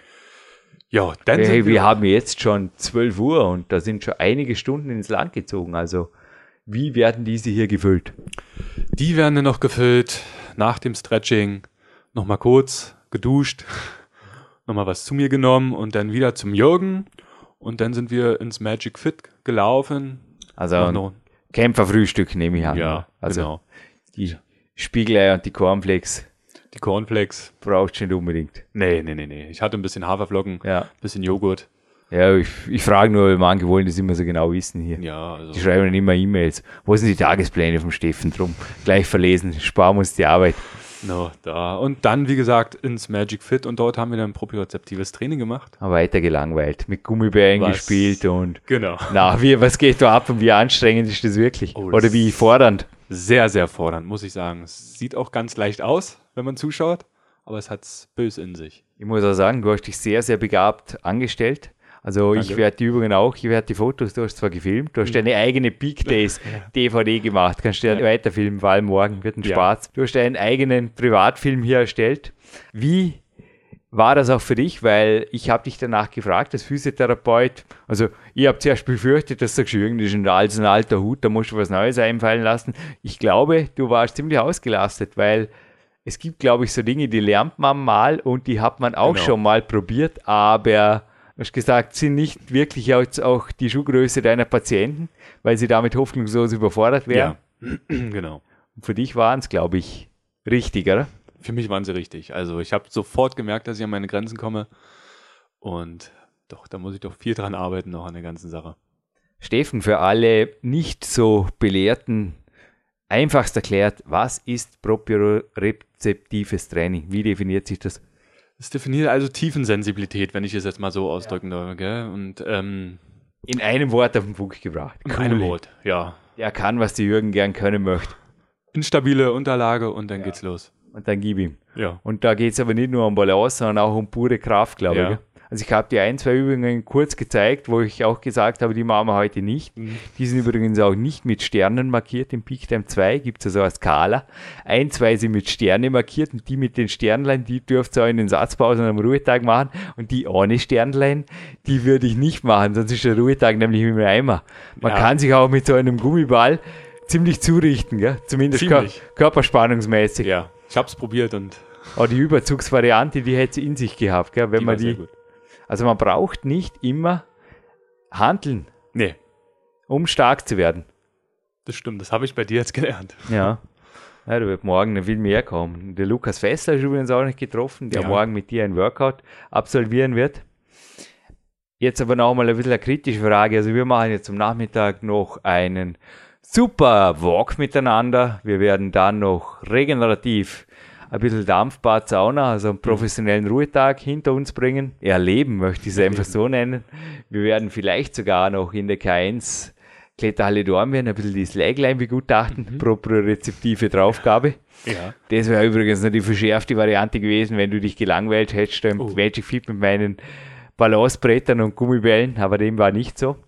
Ja, dann Hey, sind wir wir, haben jetzt schon zwölf Uhr und da sind schon einige Stunden ins Land gezogen. Also, wie werden diese hier gefüllt? die werden dann noch gefüllt nach dem Stretching. Nochmal kurz geduscht, nochmal was zu mir genommen und dann wieder zum Jürgen. Und dann sind wir ins Magic Fit gelaufen. Also, Noch ein noch- Kämpferfrühstück nehme ich an. ja, also genau. die Spiegeleier und die Cornflakes Die Cornflakes. brauchst du nicht unbedingt. Nee, nee, nee, nee. Ich hatte ein bisschen Haferflocken, ein Ja, bisschen Joghurt. ja ich, ich frage nur, weil manche wollen das immer so genau wissen hier. Ja, also. Die schreiben dann immer E-Mails. Wo sind die Tagespläne vom Steffen drum? Gleich verlesen, sparen uns die Arbeit. No, da. Und dann, wie gesagt, ins Magic Fit und dort haben wir dann ein propriozeptives Training gemacht. Aber weiter gelangweilt. Mit Gummibären Was? gespielt und Genau. na, wie, was geht da ab und wie anstrengend ist das wirklich? Oh, das- Oder wie fordernd? Sehr, sehr fordernd, muss ich sagen. Es sieht auch ganz leicht aus, wenn man zuschaut, aber es hat's bös in sich. Ich muss auch sagen, du hast dich sehr, sehr begabt angestellt. Also ich Danke. werde die Übungen auch, ich werde die Fotos, du hast zwar gefilmt, du hast deine eigene Peak Days D V D gemacht, kannst du ja weiterfilmen, vor allem morgen wird ein Ja. Spaß. Du hast deinen eigenen Privatfilm hier erstellt. Wie war das auch für dich? Weil ich habe dich danach gefragt, als Physiotherapeut, also ich habe zuerst befürchtet, dass du sagst, irgendwie ist ein als ein alter Hut, da musst du was Neues einfallen lassen. Ich glaube, du warst ziemlich ausgelastet, weil es gibt, glaube ich, so Dinge, die lernt man mal und die hat man auch Genau. schon mal probiert, aber du hast gesagt, sind nicht wirklich auch, auch die Schuhgröße deiner Patienten, weil sie damit hoffnungslos überfordert wären. Ja, genau. Und für dich waren es, glaube ich, richtig, oder? Für mich waren sie richtig. Also ich habe sofort gemerkt, dass ich an meine Grenzen komme und doch, da muss ich doch viel dran arbeiten noch an der ganzen Sache. Steffen, für alle nicht so Belehrten, einfachst erklärt, was ist propriozeptives Training? Wie definiert sich das? Es definiert also Tiefensensibilität, wenn ich es jetzt mal so ausdrücken darf, gell? Und ähm, In einem Wort auf den Punkt gebracht. in einem Wort, ja. Der kann, was der Jürgen gern können möchte. Instabile Unterlage und dann geht's los. Und dann gib ihm. Ja. Und da geht es aber nicht nur um Balance, sondern auch um pure Kraft, glaube Ja. ich. Gell? Also ich habe dir ein, zwei Übungen kurz gezeigt, wo ich auch gesagt habe, die machen wir heute nicht. Mhm. Die sind übrigens auch nicht mit Sternen markiert. Im Peak Time zwei gibt es also eine Skala. Ein, zwei sind mit Sterne markiert und die mit den Sternlein, die dürft ihr auch in den Satzpausen am Ruhetag machen. Und die ohne Sternlein, die würde ich nicht machen, sonst ist der Ruhetag nämlich im Eimer. Man Ja. kann sich auch mit so einem Gummiball ziemlich zurichten, gell? Zumindest Ziemlich. kör- körperspannungsmäßig. Ja, ich hab's probiert und Aber die Überzugsvariante, die hätte sie in sich gehabt, gell? Wenn die man war sehr die, gut. also man braucht nicht immer handeln, Nee, um stark zu werden. das stimmt, das habe ich bei dir jetzt gelernt. Ja. Ja, da wird morgen noch viel mehr kommen. Der Lukas Fessler ist übrigens auch nicht getroffen, der Ja. morgen mit dir ein Workout absolvieren wird. Jetzt aber noch mal ein bisschen eine kritische Frage. Also wir machen jetzt am Nachmittag noch einen super Walk miteinander. Wir werden dann noch regenerativ ein bisschen Dampfbad, Sauna, also einen professionellen Ruhetag hinter uns bringen. Erleben möchte ich es einfach so nennen. Wir werden vielleicht sogar noch in der K eins Kletterhalle Dornbirn ein bisschen die Slagline begutachten, mhm. propriozeptive Draufgabe. Ja. Das wäre übrigens noch die verschärfte Variante gewesen, wenn du dich gelangweilt hättest im oh. Magic Fit mit meinen Balancebrettern und Gummibällen, aber dem war nicht so.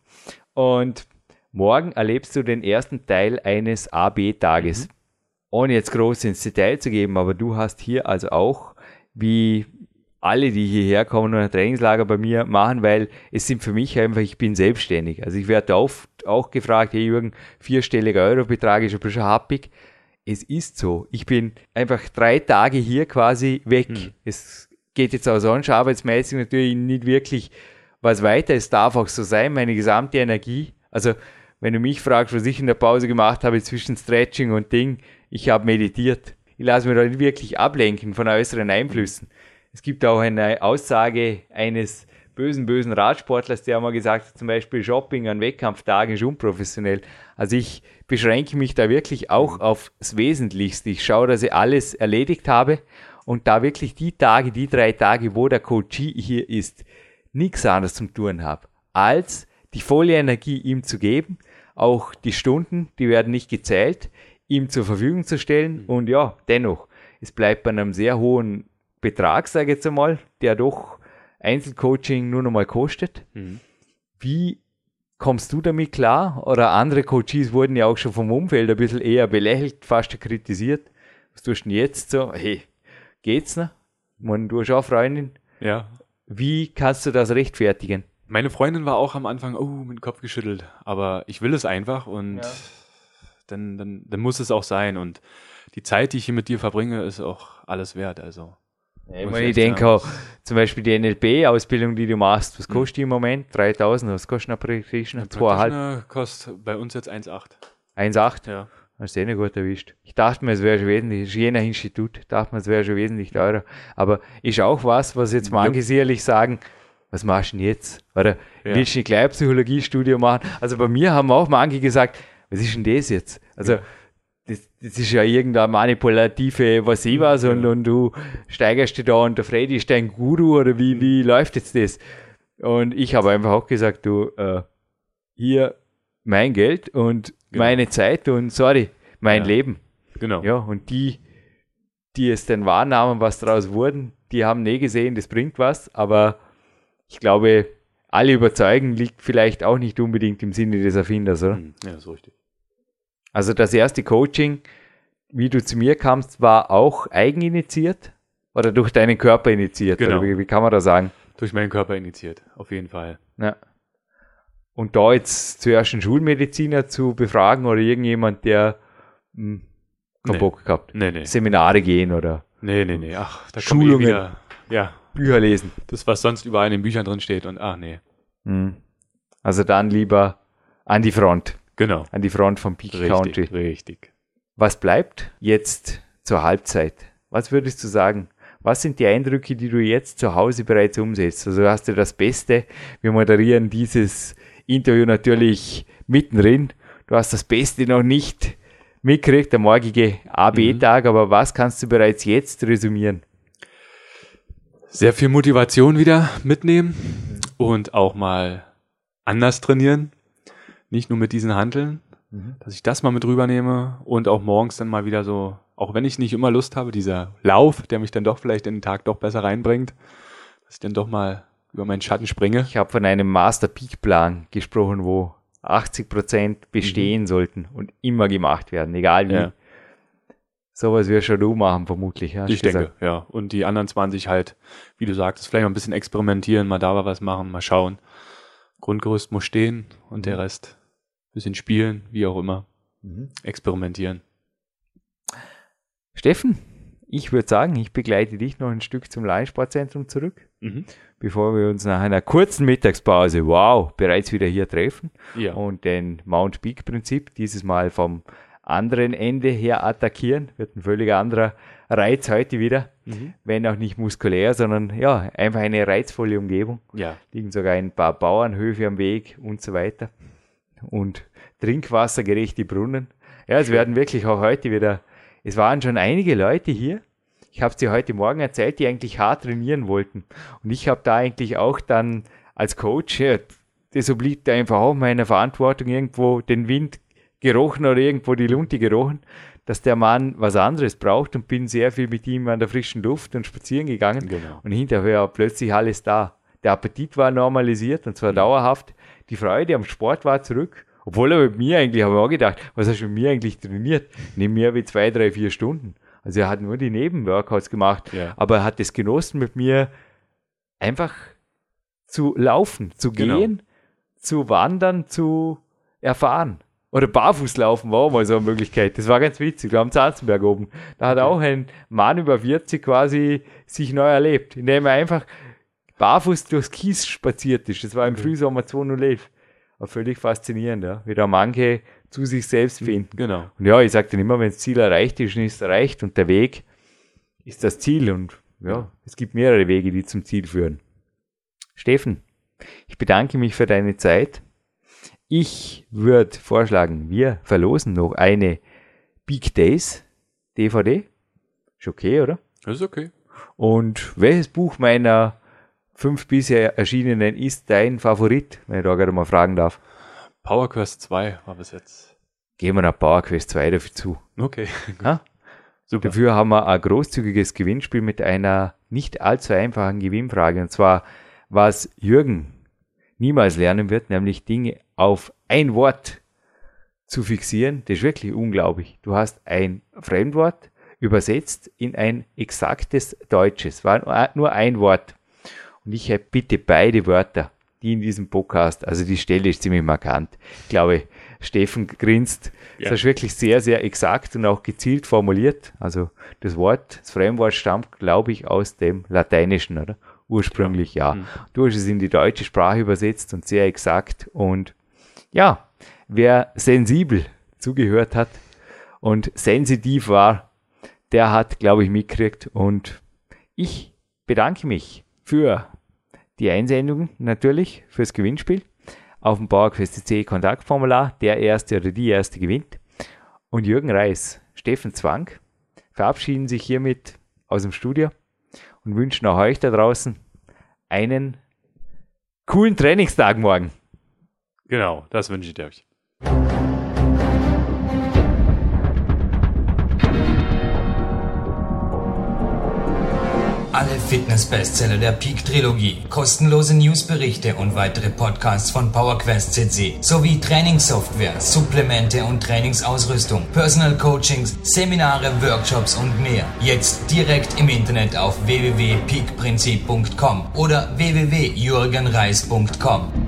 Und morgen erlebst du den ersten Teil eines A B-Tages. Mhm. Ohne jetzt groß ins Detail zu geben, aber du hast hier also auch, wie alle, die hierher kommen und ein Trainingslager bei mir machen, weil es sind für mich einfach, ich bin selbstständig. Also ich werde oft auch gefragt, hey Jürgen, vierstelliger Eurobetrag ist aber schon happig. Es ist so. Ich bin einfach drei Tage hier quasi weg. Hm. Es geht jetzt auch sonst arbeitsmäßig natürlich nicht wirklich was weiter. Es darf auch so sein, meine gesamte Energie. Also wenn du mich fragst, was ich in der Pause gemacht habe zwischen Stretching und Ding, ich habe meditiert. Ich lasse mich da nicht wirklich ablenken von äußeren Einflüssen. Es gibt auch eine Aussage eines bösen, bösen Radsportlers, der mal gesagt hat, zum Beispiel Shopping an Wettkampftagen ist unprofessionell. Also ich beschränke mich da wirklich auch aufs Wesentlichste. Ich schaue, dass ich alles erledigt habe und da wirklich die Tage, die drei Tage, wo der Coachee hier ist, nichts anderes zum Tun habe, als die volle Energie ihm zu geben. Auch die Stunden, die werden nicht gezählt, ihm zur Verfügung zu stellen. Und ja, dennoch, es bleibt bei einem sehr hohen Betrag, sage ich jetzt einmal, der doch Einzelcoaching nur noch mal kostet. Mhm. Wie kommst du damit klar? Oder andere Coaches wurden ja auch schon vom Umfeld ein bisschen eher belächelt, fast kritisiert. Was tust du denn jetzt so? Hey, geht's noch? Ich meine, du hast auch eine Freundin. Ja. Wie kannst du das rechtfertigen? Meine Freundin war auch am Anfang, oh, mit dem Kopf geschüttelt. Aber ich will es einfach und ja. dann, dann, dann muss es auch sein. Und die Zeit, die ich hier mit dir verbringe, ist auch alles wert. Also ja, ich, meine, ich denke auch, zum Beispiel die N L P-Ausbildung, die du machst, was kostet die im Moment? dreitausend, was kostet eine Practitioner? zwei Komma fünf? Kostet bei uns jetzt eins Komma acht. eins Komma acht? Ja. Hast du eh nicht gut erwischt. Ich dachte mir, es wäre schon wesentlich, das ist jener Institut, ich dachte mir, es wäre schon wesentlich teurer. Aber ist auch was, was jetzt manche ja. sicherlich sagen, was machst du denn jetzt? Oder ja. willst du nicht gleich ein Psychologiestudium machen? Also bei mir haben auch manche gesagt, was ist denn das jetzt? Also ja. Das, das ist ja irgendeine manipulative, was ich was, und, ja. und du steigerst dich da und der Freddy ist dein Guru, oder wie, wie läuft jetzt das? Und ich habe einfach auch gesagt, du, äh, hier mein Geld und genau. meine Zeit und sorry, mein ja. Leben. Genau. Ja, und die, die es dann wahrnahmen, was daraus wurden, die haben nie gesehen, das bringt was, aber ich glaube, alle überzeugen liegt vielleicht auch nicht unbedingt im Sinne des Erfinders, oder? Ja, das ist richtig. Also das erste Coaching, wie du zu mir kamst, war auch eigeninitiiert oder durch deinen Körper initiiert? Genau. Oder wie, wie kann man das sagen? Durch meinen Körper initiiert, auf jeden Fall. Ja. Und da jetzt zuerst einen Schulmediziner zu befragen oder irgendjemand, der mh, keinen nee. Bock gehabt, nee, nee. Seminare gehen oder nee, nee, nee. Ach, da Schulungen, eh wieder, ja. Bücher lesen. Das, was sonst überall in den Büchern drin steht und ach nee. Also dann lieber an die Front. Genau. An die Front vom Peak richtig, Country. Richtig. Was bleibt jetzt zur Halbzeit? Was würdest du sagen? Was sind die Eindrücke, die du jetzt zu Hause bereits umsetzt? Also du hast ja das Beste. Wir moderieren dieses Interview natürlich mittendrin. Du hast das Beste noch nicht mitgekriegt, der morgige A B-Tag. Mhm. Aber was kannst du bereits jetzt resümieren? Sehr viel Motivation wieder mitnehmen und auch mal anders trainieren. Nicht nur mit diesen Hanteln, mhm. dass ich das mal mit rübernehme und auch morgens dann mal wieder so, auch wenn ich nicht immer Lust habe, dieser Lauf, der mich dann doch vielleicht in den Tag doch besser reinbringt, dass ich dann doch mal über meinen Schatten springe. Ich habe von einem Master-Peak-Plan gesprochen, wo achtzig Prozent bestehen mhm. sollten und immer gemacht werden, egal wie. Ja. Sowas wirst schon du machen, vermutlich. Ja, ich denke, gesagt. Ja. Und die anderen zwanzig halt, wie du sagtest, vielleicht mal ein bisschen experimentieren, mal da was machen, mal schauen. Grundgerüst muss stehen und der Rest ein bisschen spielen, wie auch immer. Mhm. Experimentieren. Steffen, ich würde sagen, ich begleite dich noch ein Stück zum Leistungssportzentrum zurück, mhm. bevor wir uns nach einer kurzen Mittagspause, wow, bereits wieder hier treffen ja. und den Mount Peak Prinzip dieses Mal vom anderen Ende her attackieren. Wird ein völlig anderer Reiz heute wieder, mhm. wenn auch nicht muskulär, sondern ja, einfach eine reizvolle Umgebung. Ja. Liegen sogar ein paar Bauernhöfe am Weg und so weiter. Und trinkwassergerechte Brunnen. Ja, es werden wirklich auch heute wieder, es waren schon einige Leute hier, ich habe es dir heute Morgen erzählt, die eigentlich hart trainieren wollten. Und ich habe da eigentlich auch dann als Coach, ja, das obliegt einfach auch meiner Verantwortung, irgendwo den Wind gerochen oder irgendwo die Lunte gerochen, dass der Mann was anderes braucht und bin sehr viel mit ihm an der frischen Luft und spazieren gegangen. Genau. Und hinterher war plötzlich alles da. Der Appetit war normalisiert und zwar dauerhaft. Die Freude am Sport war zurück. Obwohl er mit mir eigentlich, habe ich auch gedacht, was hast du mit mir eigentlich trainiert? Nicht mehr wie zwei, drei, vier Stunden. Also er hat nur die Nebenworkouts gemacht, Ja. aber er hat es genossen, mit mir einfach zu laufen, zu Genau. gehen, zu wandern, zu erfahren. Oder barfuß laufen war auch mal so eine Möglichkeit. Das war ganz witzig. Wir haben Zanzenberg oben. Da hat Okay. auch ein Mann über vierzig quasi sich neu erlebt, indem er einfach barfuß durchs Kies spaziert ist. Das war im Okay. Frühsommer zweitausendelf. War völlig faszinierend, ja. Wie da manche zu sich selbst finden. Genau. Und ja, ich sage dann immer, wenn das Ziel erreicht ist, dann ist es erreicht und der Weg ist das Ziel. Und ja, es gibt mehrere Wege, die zum Ziel führen. Steffen, ich bedanke mich für deine Zeit. Ich würde vorschlagen, wir verlosen noch eine Big Days D V D. Ist okay, oder? Das ist okay. Und welches Buch meiner fünf bisher erschienenen ist dein Favorit, wenn ich da gerade mal fragen darf? Power Quest zwei war bis jetzt. Gehen wir nach Power Quest zwei dafür zu. Okay. Ha? Super. Dafür haben wir ein großzügiges Gewinnspiel mit einer nicht allzu einfachen Gewinnfrage. Und zwar, was Jürgen niemals lernen wird, nämlich Dinge auf ein Wort zu fixieren. Das ist wirklich unglaublich. Du hast ein Fremdwort übersetzt in ein exaktes Deutsches. War nur ein Wort. Und ich hätte bitte beide Wörter, die in diesem Podcast, also die Stelle ist ziemlich markant. Ich glaube, Steffen grinst. Ja. Das ist wirklich sehr, sehr exakt und auch gezielt formuliert. Also das Wort, das Fremdwort stammt, glaube ich, aus dem Lateinischen, oder? Ursprünglich, ja. Mhm. Du hast es in die deutsche Sprache übersetzt und sehr exakt. Und ja, wer sensibel zugehört hat und sensitiv war, der hat, glaube ich, mitgekriegt. Und ich bedanke mich für die Einsendungen natürlich, fürs Gewinnspiel auf dem PowerQuest C Kontaktformular. Der Erste oder die Erste gewinnt. Und Jürgen Reis, Steffen Zwang verabschieden sich hiermit aus dem Studio und wünschen auch euch da draußen einen coolen Trainingstag morgen. Genau, das wünsche ich euch. Alle Fitness-Bestseller der Peak-Trilogie, kostenlose Newsberichte und weitere Podcasts von PowerQuest C C sowie Trainingssoftware, Supplemente und Trainingsausrüstung, Personal Coachings, Seminare, Workshops und mehr. Jetzt direkt im Internet auf w w w punkt peak prinzip punkt com oder w w w punkt jürgen reis punkt com.